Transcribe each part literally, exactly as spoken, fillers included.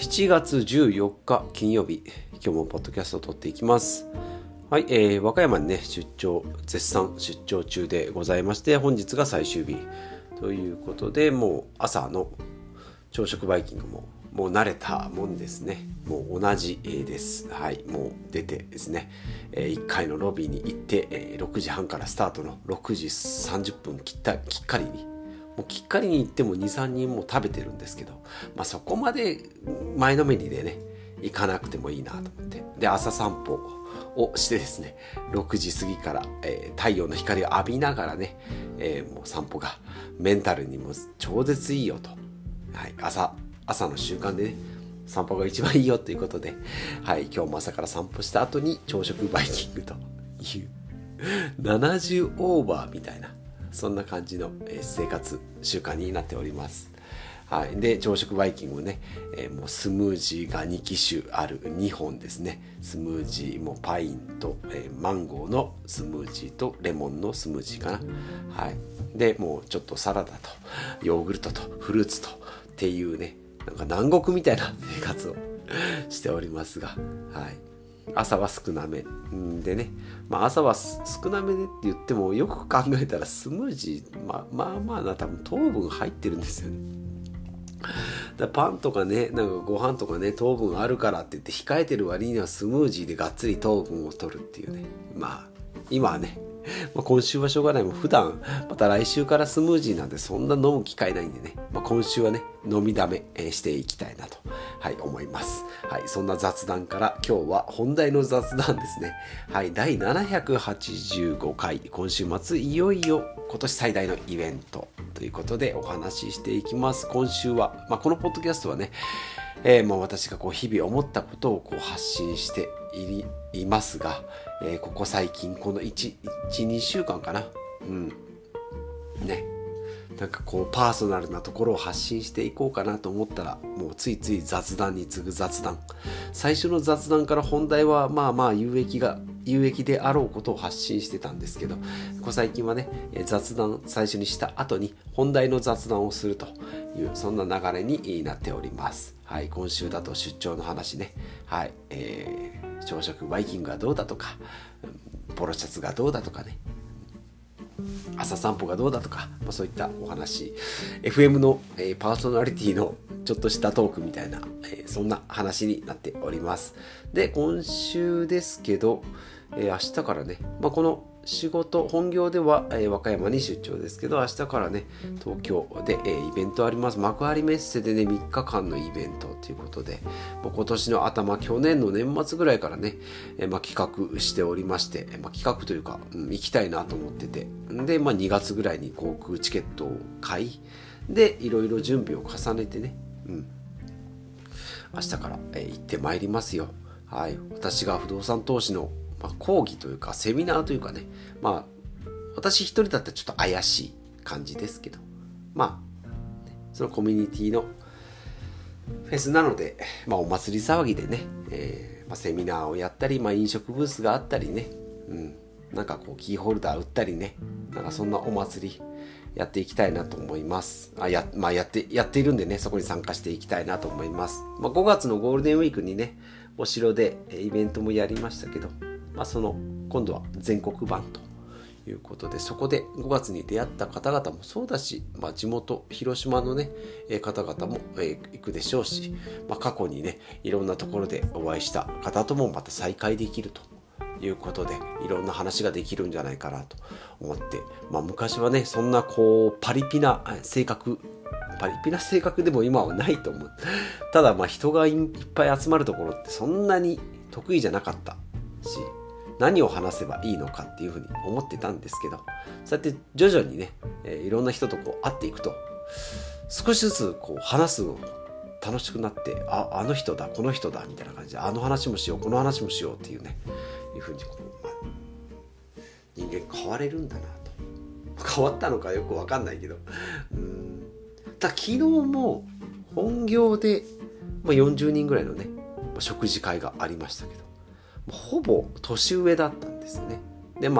しちがつじゅうよっか金曜日、今日もポッドキャストを撮っていきます。はい、えー、和歌山にね出張絶賛出張中でございまして、本日が最終日ということで、もう朝の朝食バイキングももう慣れたもんですね。もう同じです。はい、もう出てですね、いっかいのロビーに行ってろくじはんからスタートのろくじさんじゅっぷんきったきっかりに、もうきっかりに行っても にさんにんも食べてるんですけど、まあそこまで前のめりでね行かなくてもいいなと思って、で朝散歩をしてですね、ろくじ過ぎから、えー、太陽の光を浴びながらね、えー、もう散歩がメンタルにも超絶いいよと、はい、朝朝の習慣でね散歩が一番いいよということで、はい、今日も朝から散歩した後に朝食バイキングというななじゅうオーバーみたいな、そんな感じの生活習慣になっております。はい、で朝食バイキングもね、えー、もうスムージーがにきしゅあるにほんですね。スムージーもパインと、えー、マンゴーのスムージーとレモンのスムージーかな。はい、でもうちょっとサラダとヨーグルトとフルーツとっていうね、なんか南国みたいな生活をしておりますが、はい、朝は少なめでね、まあ、朝は少なめでって言ってもよく考えたらスムージー、まあ、まあまあな多分糖分入ってるんですよね。だパンとかね、なんかご飯とかね糖分あるからって言って控えてる割にはスムージーでがっつり糖分を取るっていうね、まあ今はね、まあ、今週はしょうがない、もう普段また来週からスムージーなんでそんな飲む機会ないんでね、まあ、今週はね飲みだめしていきたいなと、はい、思います。はい、そんな雑談から今日は本題の雑談ですね。はい、だいななひゃくはちじゅうごかい、今週末いよいよ今年最大のイベントということでお話ししていきます。今週は、まあ、このポッドキャストはね、えー、もう私がこう日々思ったことをこう発信していますが、えー、ここ最近このいち、にしゅうかんかな、うんね、なんかこうパーソナルなところを発信していこうかなと思ったら、もうついつい雑談に次ぐ雑談、最初の雑談から本題はまあまあ有益が有益であろうことを発信してたんですけど、ここ最近はね雑談最初にした後に本題の雑談をするという、そんな流れになっております。はい、今週だと出張の話ね、はい、えー、朝食バイキングがどうだとか、ポロシャツがどうだとかね、朝散歩がどうだとか、まあ、そういったお話、 エフエム の、えー、パーソナリティのちょっとしたトークみたいな、えー、そんな話になっております。で今週ですけど、えー、明日からね、まあ、この仕事本業では、えー、和歌山に出張ですけど、明日からね東京で、えー、イベントあります。幕張メッセでねみっかかんのイベントということで、もう今年の頭、去年の年末ぐらいからね、えーまあ、企画しておりまして、まあ、企画というか、うん、行きたいなと思ってて、で、まあ、にがつぐらいに航空チケットを買い、でいろいろ準備を重ねてね、うん、明日から、えー、行ってまいりますよ。はい、私が不動産投資のまあ、講義というかセミナーというかね、まあ私一人だったらちょっと怪しい感じですけど、まあそのコミュニティのフェスなので、まあ、お祭り騒ぎでね、えーまあ、セミナーをやったり、まあ、飲食ブースがあったりね、うん、なんかこうキーホルダー売ったりね、なんかそんなお祭りやっていきたいなと思います。あ、や、まあ、やってやっているんでね、そこに参加していきたいなと思います。まあ、ごがつのゴールデンウィークにねお城でイベントもやりましたけど、まあ、その今度は全国版ということで、そこでごがつに出会った方々もそうだし、まあ、地元広島のね方々も行くでしょうし、まあ、過去にねいろんなところでお会いした方ともまた再会できるということで、いろんな話ができるんじゃないかなと思って、まあ、昔はねそんなこうパリピな性格パリピな性格でも今はないと思う。ただまあ人がいっぱい集まるところってそんなに得意じゃなかったし、何を話せばいいのかっていうふうに思ってたんですけど、そうやって徐々にね、えー、いろんな人とこう会っていくと、少しずつこう話すの楽しくなって、あ、あの人だこの人だみたいな感じで、あの話もしようこの話もしようっていうね、いうふうにこう、まあ、人間変われるんだなと。変わったのかよく分かんないけど、うーん、だ昨日も本業で、まあ、よんじゅうにんぐらいのね、まあ、食事会がありましたけど、ほぼ年上だったんですね。でまあ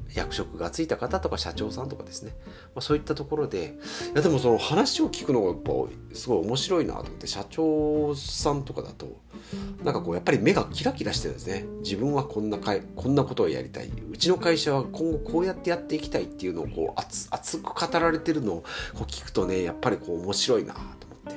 役職がついた方とか社長さんとかですね、まあ、そういったところで、いやでもその話を聞くのがやっぱすごい面白いなと思って、社長さんとかだとなんかこうやっぱり目がキラキラしてるんですね。自分はこんなかいこんなことをやりたい、うちの会社は今後こうやってやっていきたいっていうのをこう 熱, 熱く語られてるのをこう聞くとね、やっぱりこう面白いなと思って、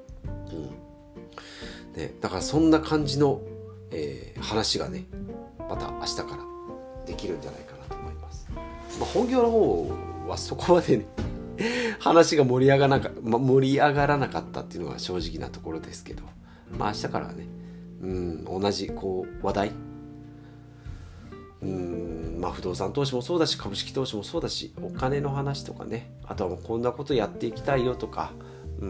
うんね、だからそんな感じの、えー、話がねまた明日からできるんじゃないかなと思います。まあ、本業の方はそこまでね話が盛り上がらなか、まあ、盛り上がらなかったっていうのが正直なところですけど、まあ明日からはね、うん、同じこう話題、うん、まあ不動産投資もそうだし株式投資もそうだし、お金の話とかね、あとはもうこんなことやっていきたいよとか、うん、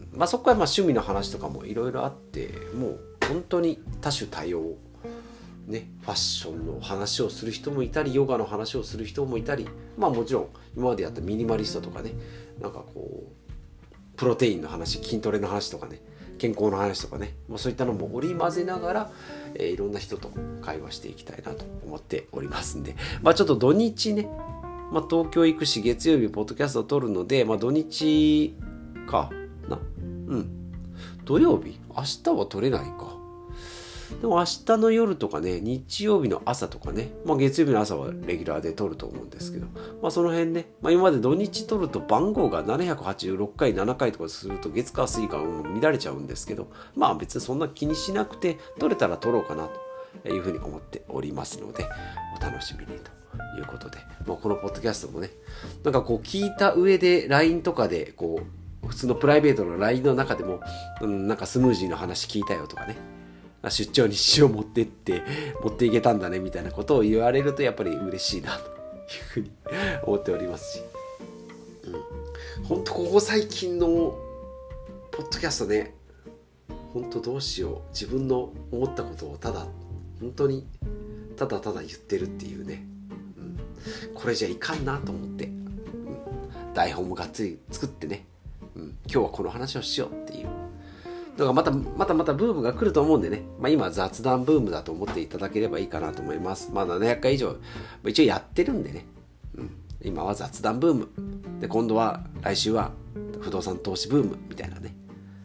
まあそこからまあ趣味の話とかもいろいろあって、もう本当に多種多様ね、ファッションの話をする人もいたり、ヨガの話をする人もいたり、まあもちろん今までやったミニマリストとかね、なんかこうプロテインの話、筋トレの話とかね、健康の話とかね、まあ、そういったのも織り交ぜながら、えー、いろんな人と会話していきたいなと思っておりますんで、まあちょっと土日ね、まあ、東京行くし月曜日ポッドキャストを撮るので、まあ土日かな、うん土曜日明日は撮れないか。でも明日の夜とかね、日曜日の朝とかね、まあ月曜日の朝はレギュラーで撮ると思うんですけど、まあその辺ね、まあ今まで土日撮ると番号がななひゃくはちじゅうろっかい、ななかいとかすると月火水が乱れちゃうんですけど、まあ別にそんな気にしなくて、撮れたら撮ろうかなというふうに思っておりますので、お楽しみにということで、まあこのポッドキャストもね、なんかこう聞いた上で ライン とかでこう、普通のプライベートの ライン の中でも、うん、なんかスムージーの話聞いたよとかね、出張に塩持ってって持っていけたんだねみたいなことを言われるとやっぱり嬉しいなというふうに思っておりますし、うん、ほんとここ最近のポッドキャストね、ほんとどうしよう、自分の思ったことをただ本当にただただ言ってるっていうね、うん、これじゃいかんなと思って、うん、台本もがっつり作ってね、うん、今日はこの話をしようっていう、だからまたまたまたブームが来ると思うんでね、まあ、今は雑談ブームだと思っていただければいいかなと思います。まあななひゃっかい以上一応やってるんでね、うん、今は雑談ブームで、今度は来週は不動産投資ブームみたいなね、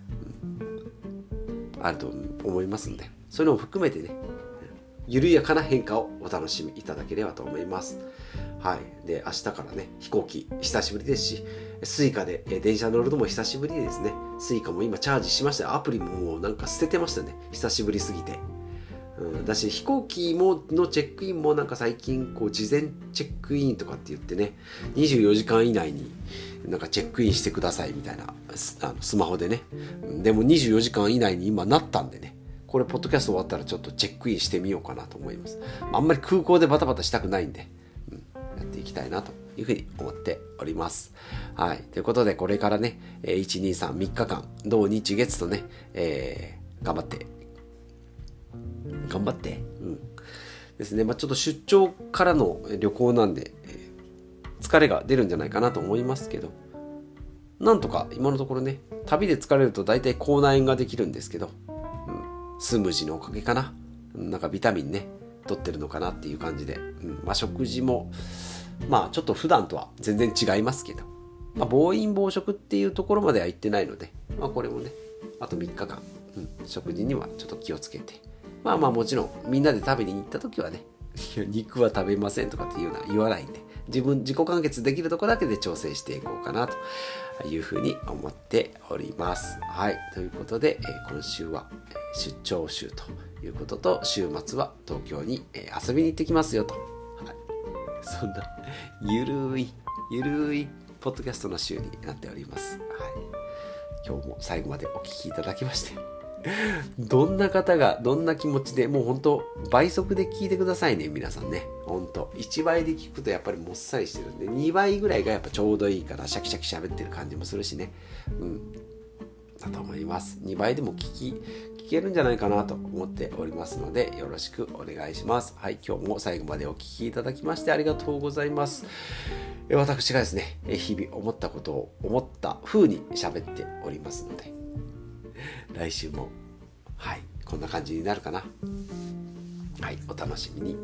うん、あると思いますんで、そういうのも含めてね、緩やかな変化をお楽しみいただければと思います。はい。で、明日からね、飛行機久しぶりですし、スイカで電車乗るのも久しぶりですね。スイカも今チャージしました。アプリももうなんか捨ててましたね。久しぶりすぎて。うん、だし飛行機ものチェックインもなんか最近こう事前チェックインとかって言ってね、にじゅうよじかん以内になんかチェックインしてくださいみたいな、あのスマホでね。でもにじゅうよじかん以内に今なったんでね。これポッドキャスト終わったらちょっとチェックインしてみようかなと思います。あんまり空港でバタバタしたくないんで、うん、やっていきたいなというふうに思っております。はい。ということでこれからね、いち、に、さん、みっかかん、土日月とね、えー、頑張って、頑張って、うんですね。まあちょっと出張からの旅行なんで、えー、疲れが出るんじゃないかなと思いますけど、なんとか今のところね、旅で疲れると大体口内炎ができるんですけど、スムージーのおかげかな、なんかビタミンね取ってるのかなっていう感じで、うん、まあ食事もまあちょっと普段とは全然違いますけど、まあ、暴飲暴食っていうところまでは行ってないので、まあこれもねあとみっかかん、うん、食事にはちょっと気をつけて、まあまあもちろんみんなで食べに行った時はね肉は食べませんとかっていうのは言わないんで、自分自己完結できるところだけで調整していこうかなというふうに思っております。はい。ということで、えー、今週は出張週ということと、週末は東京に、えー、遊びに行ってきますよと。はい。そんなゆるい、ゆるいポッドキャストの週になっております。はい。今日も最後までお聞きいただきましてどんな方がどんな気持ちで、もう本当倍速で聞いてくださいね皆さんね。本当いちばいで聞くとやっぱりもっさりしてるんで、にばいぐらいがやっぱちょうどいいから、シャキシャキ喋ってる感じもするしね、うんだと思います。にばいでも聞き聞けるんじゃないかなと思っておりますので、よろしくお願いします。はい、今日も最後までお聞きいただきましてありがとうございます。私がですね、日々思ったことを思った風に喋っておりますので、来週もはいこんな感じになるかな。はい、お楽しみに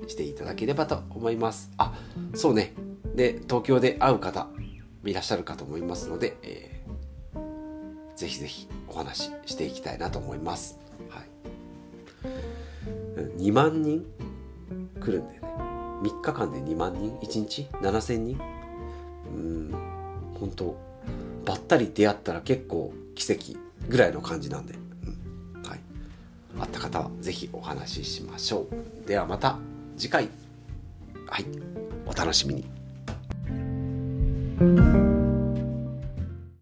していただければと思います。あ、そうね。で、東京で会う方いらっしゃるかと思いますので、えー、ぜひぜひお話ししていきたいなと思います。はい、にまんにん来るんだよね。みっかかんでにまんにん、いちにちななせんにん。うーん、本当ばったり出会ったら結構奇跡ぐらいの感じなんで、うん、はい、会った方はぜひお話ししましょう。ではまた次回、はい、お楽しみに。